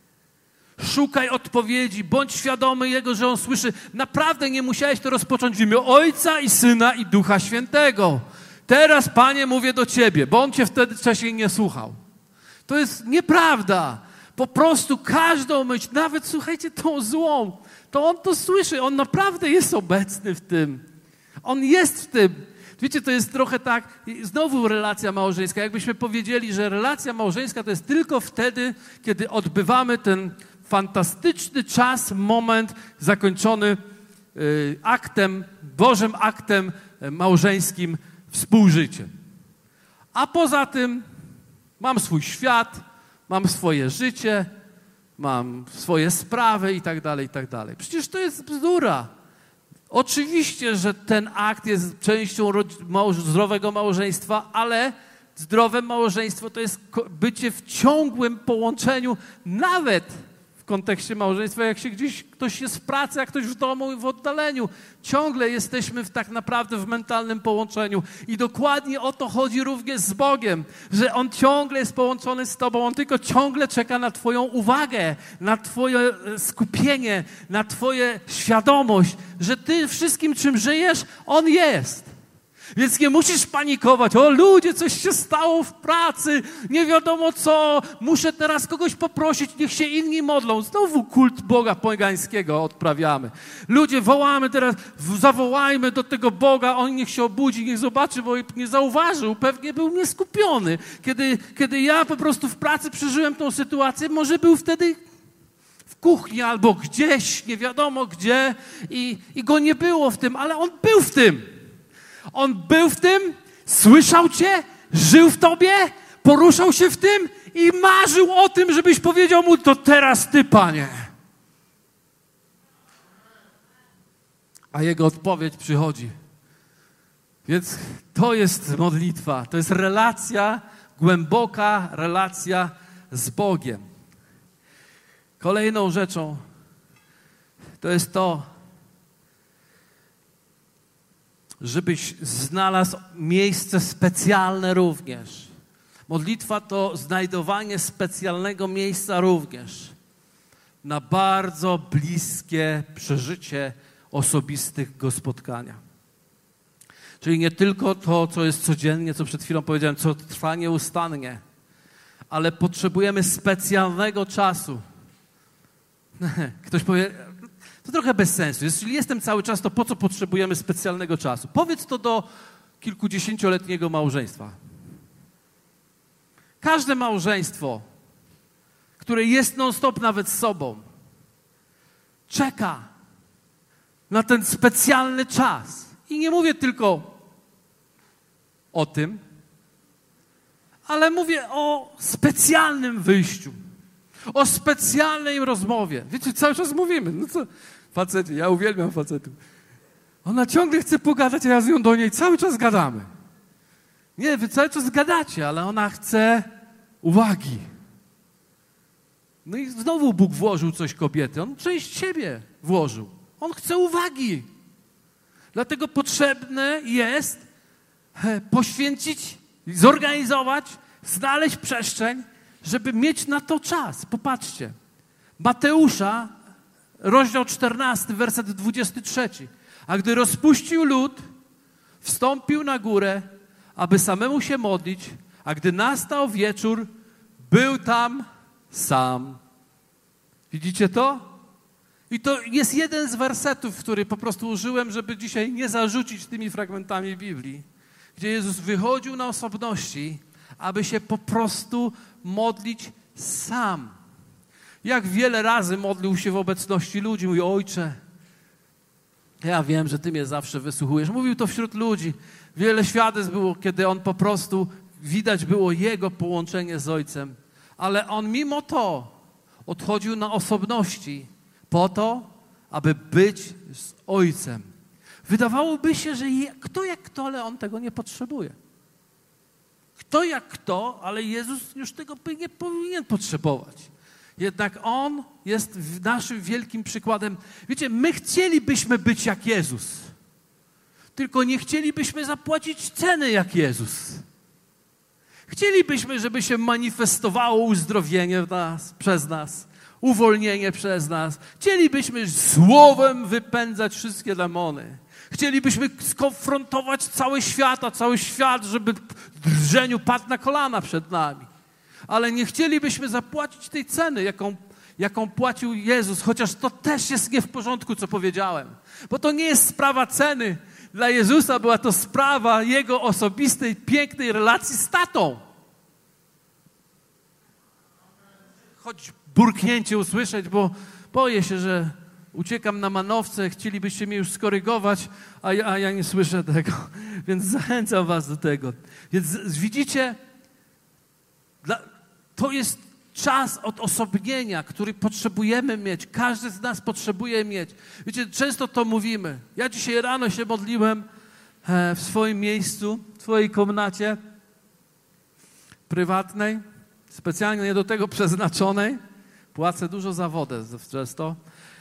Szukaj odpowiedzi, bądź świadomy Jego, że On słyszy. Naprawdę nie musiałeś to rozpocząć w imię Ojca i Syna i Ducha Świętego. Teraz, Panie, mówię do Ciebie, bo On Cię wtedy wcześniej nie słuchał. To jest nieprawda. Po prostu każdą myśl, nawet słuchajcie, tą złą, to On to słyszy. On naprawdę jest obecny w tym. On jest w tym. Wiecie, to jest trochę tak, znowu relacja małżeńska. Jakbyśmy powiedzieli, że relacja małżeńska to jest tylko wtedy, kiedy odbywamy ten fantastyczny czas, moment zakończony aktem, Bożym aktem małżeńskim, współżyciem. A poza tym mam swój świat, mam swoje życie, mam swoje sprawy i tak dalej, i tak dalej. Przecież to jest bzdura. Oczywiście, że ten akt jest częścią zdrowego małżeństwa, ale zdrowe małżeństwo to jest bycie w ciągłym połączeniu, nawet w kontekście małżeństwa, jak się gdzieś ktoś jest w pracy, a ktoś w domu i w oddaleniu. Ciągle jesteśmy tak naprawdę w mentalnym połączeniu. I dokładnie o to chodzi również z Bogiem, że On ciągle jest połączony z Tobą, On tylko ciągle czeka na Twoją uwagę, na Twoje skupienie, na Twoją świadomość, że Ty wszystkim, czym żyjesz, On jest. Więc nie musisz panikować. O ludzie, coś się stało w pracy, nie wiadomo co, muszę teraz kogoś poprosić, niech się inni modlą. Znowu kult Boga pogańskiego odprawiamy. Ludzie, wołamy teraz, zawołajmy do tego Boga, On niech się obudzi, niech zobaczy, bo nie zauważył, pewnie był nieskupiony. Kiedy ja po prostu w pracy przeżyłem tą sytuację, może był wtedy w kuchni albo gdzieś, nie wiadomo gdzie i go nie było w tym, ale On był w tym. On był w tym, słyszał Cię, żył w Tobie, poruszał się w tym i marzył o tym, żebyś powiedział Mu: to teraz Ty, Panie. A Jego odpowiedź przychodzi. Więc to jest modlitwa, to jest relacja, głęboka relacja z Bogiem. Kolejną rzeczą to jest to, żebyś znalazł miejsce specjalne również. Modlitwa to znajdowanie specjalnego miejsca również na bardzo bliskie przeżycie osobistego spotkania. Czyli nie tylko to, co jest codziennie, co przed chwilą powiedziałem, co trwa nieustannie, ale potrzebujemy specjalnego czasu. Ktoś powie, to trochę bez sensu. Jeśli jestem cały czas, to po co potrzebujemy specjalnego czasu? Powiedz to do kilkudziesięcioletniego małżeństwa. Każde małżeństwo, które jest non-stop nawet z sobą, czeka na ten specjalny czas. I nie mówię tylko o tym, ale mówię o specjalnym wyjściu, o specjalnej rozmowie. Wiecie, cały czas mówimy, no co, faceci, ja uwielbiam facetów. Ona ciągle chce pogadać, a ja z nią do niej cały czas gadamy. Nie, wy cały czas gadacie, ale ona chce uwagi. No i znowu Bóg włożył coś kobiety. On część siebie włożył. On chce uwagi. Dlatego potrzebne jest poświęcić, zorganizować, znaleźć przestrzeń, żeby mieć na to czas. Popatrzcie. Mateusza, rozdział 14, werset 23. A gdy rozpuścił lud, wstąpił na górę, aby samemu się modlić, a gdy nastał wieczór, był tam sam. Widzicie to? I to jest jeden z wersetów, który po prostu użyłem, żeby dzisiaj nie zarzucić tymi fragmentami Biblii, gdzie Jezus wychodził na osobności, aby się po prostu modlić sam. Jak wiele razy modlił się w obecności ludzi. Mówi, Ojcze, ja wiem, że Ty mnie zawsze wysłuchujesz. Mówił to wśród ludzi. Wiele świadectw było, kiedy on po prostu, widać było jego połączenie z Ojcem. Ale on mimo to odchodził na osobności po to, aby być z Ojcem. Wydawałoby się, że kto jak kto, ale on tego nie potrzebuje. Kto jak kto, ale Jezus już tego nie powinien potrzebować. Jednak On jest naszym wielkim przykładem. Wiecie, my chcielibyśmy być jak Jezus, tylko nie chcielibyśmy zapłacić ceny jak Jezus. Chcielibyśmy, żeby się manifestowało uzdrowienie w nas, przez nas, uwolnienie przez nas. Chcielibyśmy słowem wypędzać wszystkie demony. Chcielibyśmy skonfrontować cały świat, żeby w drżeniu padł na kolana przed nami. Ale nie chcielibyśmy zapłacić tej ceny, jaką płacił Jezus, chociaż to też jest nie w porządku, co powiedziałem. Bo to nie jest sprawa ceny. Dla Jezusa była to sprawa Jego osobistej, pięknej relacji z tatą. Choć burknięcie usłyszeć, bo boję się, że uciekam na manowce, chcielibyście mnie już skorygować, a ja nie słyszę tego. Więc zachęcam was do tego. Więc widzicie, to jest czas odosobnienia, który potrzebujemy mieć. Każdy z nas potrzebuje mieć. Wiecie, często to mówimy. Ja dzisiaj rano się modliłem w swoim miejscu, w swojej komnacie prywatnej, specjalnie nie do tego przeznaczonej. Płacę dużo za wodę często.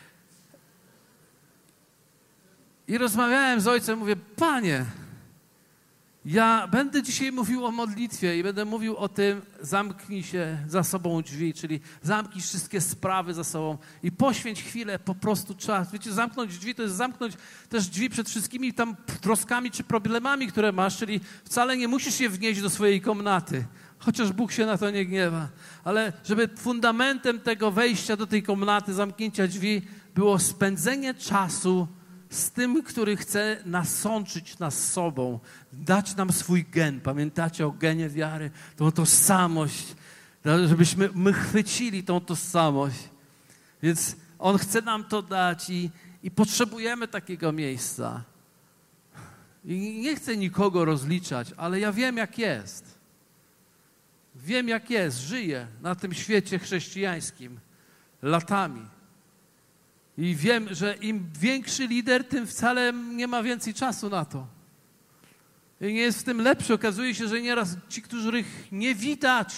I rozmawiałem z Ojcem, mówię, Panie, ja będę dzisiaj mówił o modlitwie i będę mówił o tym, zamknij się za sobą drzwi, czyli zamknij wszystkie sprawy za sobą i poświęć chwilę, po prostu czas. Wiecie, zamknąć drzwi to jest zamknąć też drzwi przed wszystkimi tam troskami czy problemami, które masz, czyli wcale nie musisz się wnieść do swojej komnaty, chociaż Bóg się na to nie gniewa. Ale żeby fundamentem tego wejścia do tej komnaty, zamknięcia drzwi było spędzenie czasu z tym, który chce nasączyć nas sobą, dać nam swój gen. Pamiętacie o genie wiary? Tą tożsamość, żebyśmy my chwycili tą tożsamość. Więc On chce nam to dać i potrzebujemy takiego miejsca. I nie chcę nikogo rozliczać, ale ja wiem, jak jest. Wiem, jak jest. Żyję na tym świecie chrześcijańskim latami. I wiem, że im większy lider, tym wcale nie ma więcej czasu na to. I nie jest w tym lepszy. Okazuje się, że nieraz ci, których nie widać,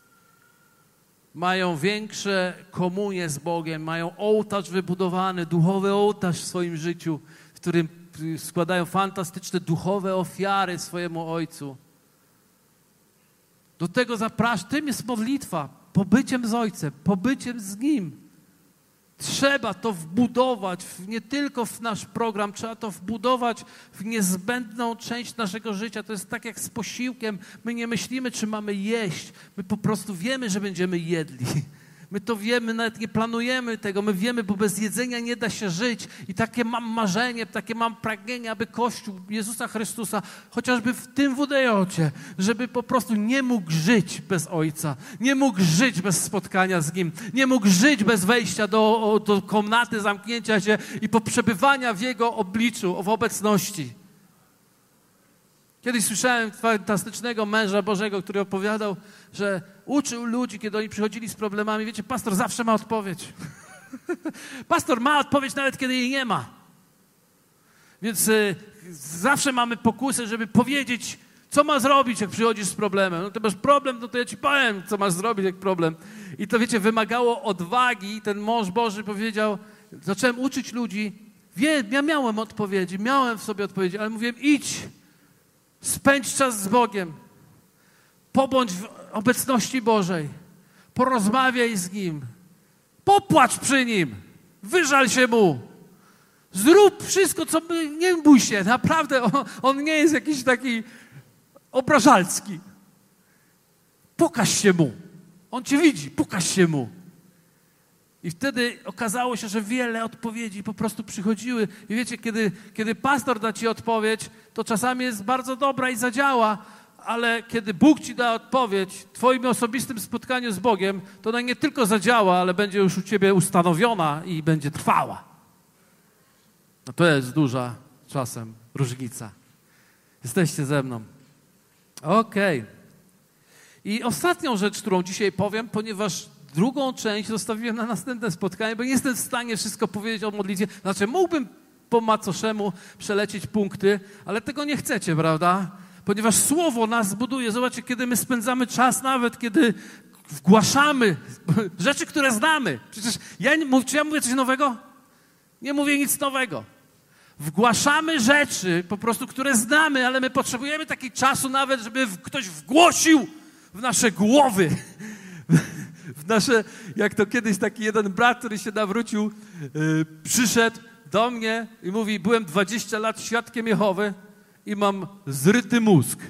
mają większe komunie z Bogiem, mają ołtarz wybudowany, duchowy ołtarz w swoim życiu, w którym składają fantastyczne duchowe ofiary swojemu Ojcu. Do tego zapraszam. Tym jest modlitwa, pobyciem z Ojcem, pobyciem z Nim. Trzeba to wbudować nie tylko w nasz program, trzeba to wbudować w niezbędną część naszego życia. To jest tak jak z posiłkiem. My nie myślimy, czy mamy jeść. My po prostu wiemy, że będziemy jedli. My to wiemy, nawet nie planujemy tego. My wiemy, bo bez jedzenia nie da się żyć. I takie mam marzenie, takie mam pragnienie, aby Kościół Jezusa Chrystusa, chociażby w tym WDJ-cie, żeby po prostu nie mógł żyć bez Ojca. Nie mógł żyć bez spotkania z Nim. Nie mógł żyć bez wejścia do komnaty, zamknięcia się i przebywania w Jego obliczu, w obecności. Kiedyś słyszałem fantastycznego męża Bożego, który opowiadał, że uczył ludzi, kiedy oni przychodzili z problemami. Wiecie, pastor zawsze ma odpowiedź. Pastor ma odpowiedź nawet, kiedy jej nie ma. Więc zawsze mamy pokusę, żeby powiedzieć, co ma zrobić, jak przychodzisz z problemem. No to masz problem, no to ja ci powiem, co masz zrobić, jak problem. I to, wiecie, wymagało odwagi. Ten mąż Boży powiedział, zacząłem uczyć ludzi. Ja miałem odpowiedzi, miałem w sobie odpowiedzi, ale mówiłem, idź, spędź czas z Bogiem. Pobądź w obecności Bożej. Porozmawiaj z Nim. Popłacz przy Nim. Wyżal się Mu. Zrób wszystko, co... Nie bój się. Naprawdę, on nie jest jakiś taki obrażalski. Pokaż się Mu. On Cię widzi. Pokaż się Mu. I wtedy okazało się, że wiele odpowiedzi po prostu przychodziły. I wiecie, kiedy pastor da Ci odpowiedź, to czasami jest bardzo dobra i zadziała, ale kiedy Bóg Ci da odpowiedź w Twoim osobistym spotkaniu z Bogiem, to ona nie tylko zadziała, ale będzie już u Ciebie ustanowiona i będzie trwała. No to jest duża czasem różnica. Jesteście ze mną. Okej. I ostatnią rzecz, którą dzisiaj powiem, ponieważ drugą część zostawiłem na następne spotkanie, bo nie jestem w stanie wszystko powiedzieć o modlitwie. Znaczy, mógłbym po macoszemu przelecieć punkty, ale tego nie chcecie, prawda? Ponieważ Słowo nas buduje. Zobaczcie, kiedy my spędzamy czas, nawet kiedy wgłaszamy rzeczy, które znamy. Przecież czy ja mówię coś nowego? Nie mówię nic nowego. Wgłaszamy rzeczy po prostu, które znamy, ale my potrzebujemy takiego czasu nawet, żeby ktoś wgłosił w nasze głowy. Jak to kiedyś taki jeden brat, który się nawrócił, przyszedł do mnie i mówi, byłem 20 lat świadkiem Jehowy i mam zryty mózg.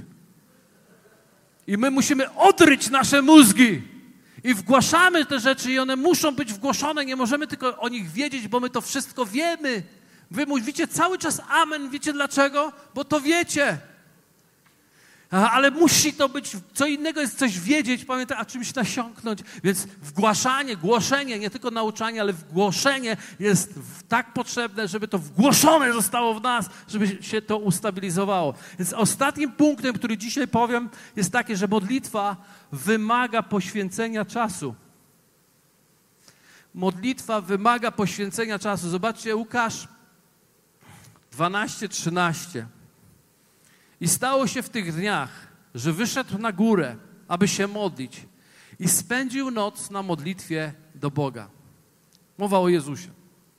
I my musimy odryć nasze mózgi. I wgłaszamy te rzeczy i one muszą być wgłoszone. Nie możemy tylko o nich wiedzieć, bo my to wszystko wiemy. Wy mówicie cały czas amen. Wiecie dlaczego? Bo to wiecie. Ale musi to być, co innego jest coś wiedzieć, pamiętaj, a czymś nasiąknąć. Więc wgłaszanie, głoszenie, nie tylko nauczanie, ale wgłoszenie jest tak potrzebne, żeby to wgłoszone zostało w nas, żeby się to ustabilizowało. Więc ostatnim punktem, który dzisiaj powiem, jest takie, że modlitwa wymaga poświęcenia czasu. Modlitwa wymaga poświęcenia czasu. Zobaczcie, Łukasz 12:13. I stało się w tych dniach, że wyszedł na górę, aby się modlić i spędził noc na modlitwie do Boga. Mowa o Jezusie.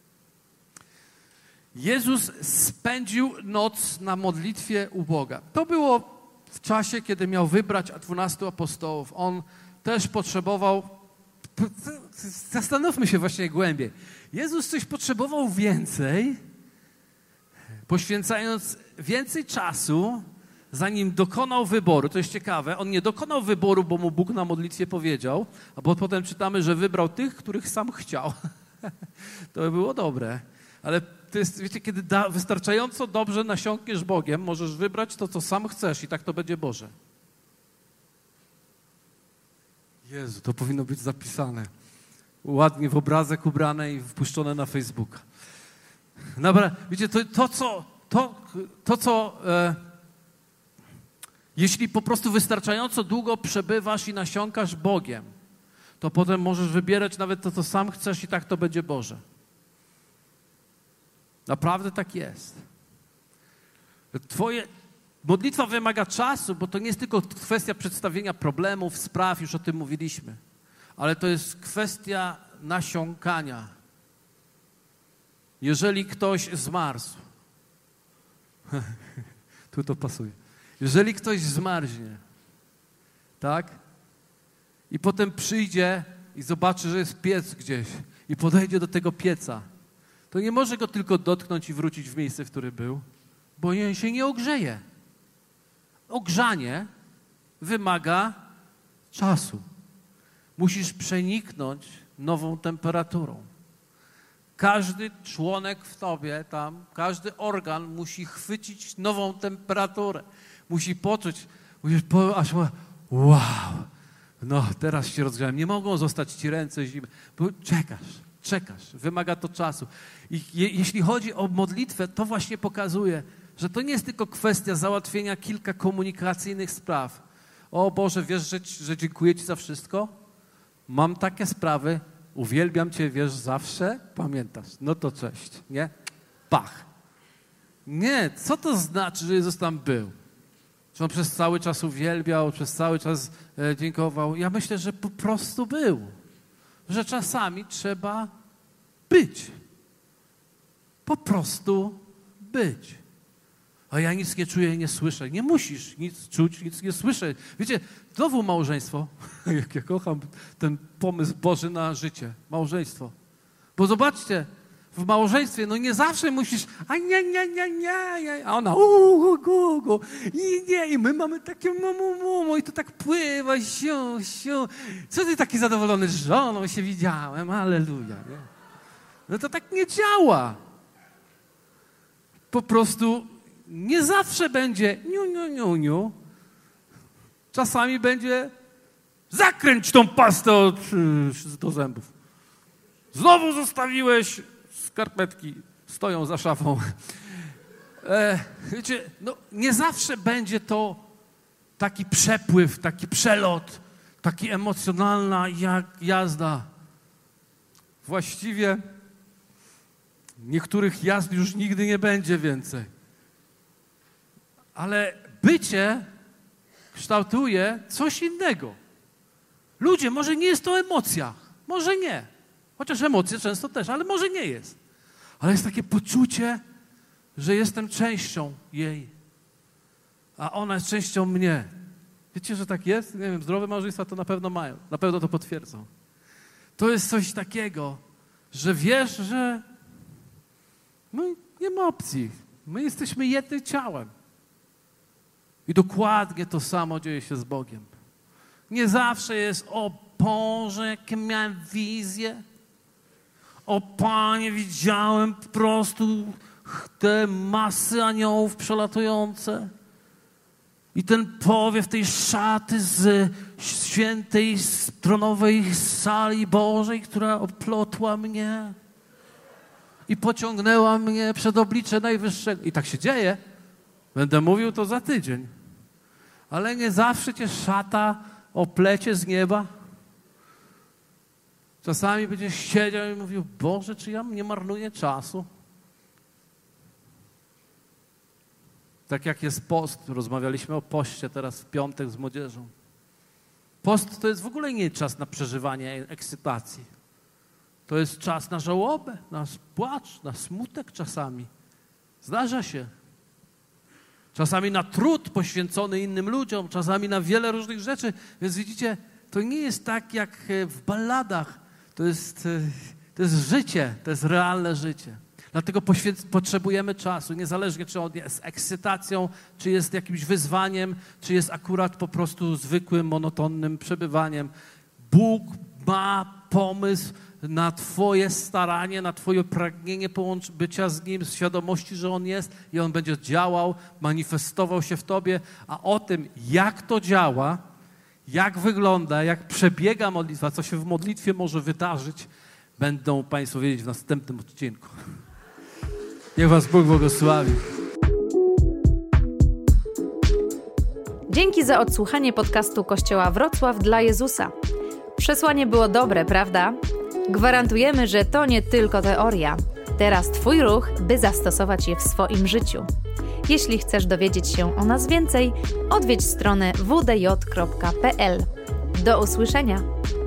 Jezus spędził noc na modlitwie u Boga. To było w czasie, kiedy miał wybrać 12 apostołów. On też potrzebował, zastanówmy się właśnie głębiej, Jezus coś potrzebował więcej, poświęcając więcej czasu, zanim dokonał wyboru. To jest ciekawe. On nie dokonał wyboru, bo mu Bóg na modlitwie powiedział, a potem czytamy, że wybrał tych, których sam chciał. To by było dobre. Ale to jest, wiecie, kiedy wystarczająco dobrze nasiąkniesz Bogiem, możesz wybrać to, co sam chcesz i tak to będzie Boże. Jezu, to powinno być zapisane. Ładnie w obrazek ubrane i wpuszczone na Facebooka. Dobra, wiecie, jeśli po prostu wystarczająco długo przebywasz i nasiąkasz Bogiem, to potem możesz wybierać nawet to, co sam chcesz i tak to będzie Boże. Naprawdę tak jest. Modlitwa wymaga czasu, bo to nie jest tylko kwestia przedstawienia problemów, spraw, już o tym mówiliśmy, ale to jest kwestia nasiąkania. Jeżeli ktoś zmarzł, tu to pasuje, jeżeli ktoś zmarznie, tak? I potem przyjdzie i zobaczy, że jest piec gdzieś i podejdzie do tego pieca, to nie może go tylko dotknąć i wrócić w miejsce, w którym był, bo on się nie ogrzeje. Ogrzanie wymaga czasu. Musisz przeniknąć nową temperaturą. Każdy członek w tobie tam, każdy organ musi chwycić nową temperaturę. Musi poczuć, aż wow, no teraz się rozgrzałem. Nie mogą zostać ci ręce zimne, bo czekasz. Wymaga to czasu. I jeśli chodzi o modlitwę, to właśnie pokazuje, że to nie jest tylko kwestia załatwienia kilka komunikacyjnych spraw. O Boże, wiesz, że dziękuję Ci za wszystko? Mam takie sprawy, uwielbiam Cię, wiesz, zawsze, pamiętasz. No to cześć, nie? Pach. Nie, co to znaczy, że Jezus tam był? Czy On przez cały czas uwielbiał, przez cały czas dziękował? Ja myślę, że po prostu był. Że czasami trzeba być. Po prostu być. A ja nic nie czuję i nie słyszę. Nie musisz nic czuć, nic nie słyszeć. Wiecie, znowu małżeństwo. Jak ja kocham ten pomysł Boży na życie. Małżeństwo. Bo zobaczcie, w małżeństwie, no nie zawsze musisz, a nie, a ona i my mamy takie mumu i to tak pływa, siu. Co ty taki zadowolony z żoną się widziałem, alleluja. Nie? No to tak nie działa. Po prostu nie zawsze będzie niu. Czasami będzie zakręć tą pastę do zębów. Znowu zostawiłeś skarpetki, stoją za szafą. Wiecie, no nie zawsze będzie to taki przepływ, taki przelot, taki emocjonalna jazda. Właściwie niektórych jazd już nigdy nie będzie więcej. Ale bycie kształtuje coś innego. Ludzie, może nie jest to emocja, może nie. Chociaż emocje często też, ale może nie jest. Ale jest takie poczucie, że jestem częścią jej, a ona jest częścią mnie. Wiecie, że tak jest? Nie wiem, zdrowe małżeństwa to na pewno mają. Na pewno to potwierdzą. To jest coś takiego, że wiesz, że nie ma opcji. My jesteśmy jednym ciałem. I dokładnie to samo dzieje się z Bogiem. Nie zawsze jest, o Boże, jakie miałem wizję. O Panie, widziałem po prostu te masy aniołów przelatujące. I ten powiew tej szaty z świętej tronowej sali Bożej, która oplotła mnie i pociągnęła mnie przed oblicze Najwyższego. I tak się dzieje. Będę mówił to za tydzień. Ale nie zawsze cię szata oplecie z nieba. Czasami będziesz siedział i mówił, Boże, czy ja nie marnuję czasu? Tak jak jest post, rozmawialiśmy o poście teraz w piątek z młodzieżą. Post to jest w ogóle nie czas na przeżywanie ekscytacji. To jest czas na żałobę, na płacz, na smutek czasami. Zdarza się. Czasami na trud poświęcony innym ludziom, czasami na wiele różnych rzeczy. Więc widzicie, to nie jest tak jak w balladach. To jest życie, to jest realne życie. Dlatego potrzebujemy czasu, niezależnie czy on jest ekscytacją, czy jest jakimś wyzwaniem, czy jest akurat po prostu zwykłym, monotonnym przebywaniem. Bóg ma pomysł na twoje staranie, na twoje pragnienie bycia z Nim, z świadomości, że On jest i On będzie działał, manifestował się w tobie, a o tym, jak to działa, jak wygląda, jak przebiega modlitwa, co się w modlitwie może wydarzyć, będą Państwo wiedzieć w następnym odcinku. Niech Was Bóg błogosławi. Dzięki za odsłuchanie podcastu Kościoła Wrocław dla Jezusa. Przesłanie było dobre, prawda? Gwarantujemy, że to nie tylko teoria. Teraz Twój ruch, by zastosować je w swoim życiu. Jeśli chcesz dowiedzieć się o nas więcej, odwiedź stronę wdj.pl. Do usłyszenia!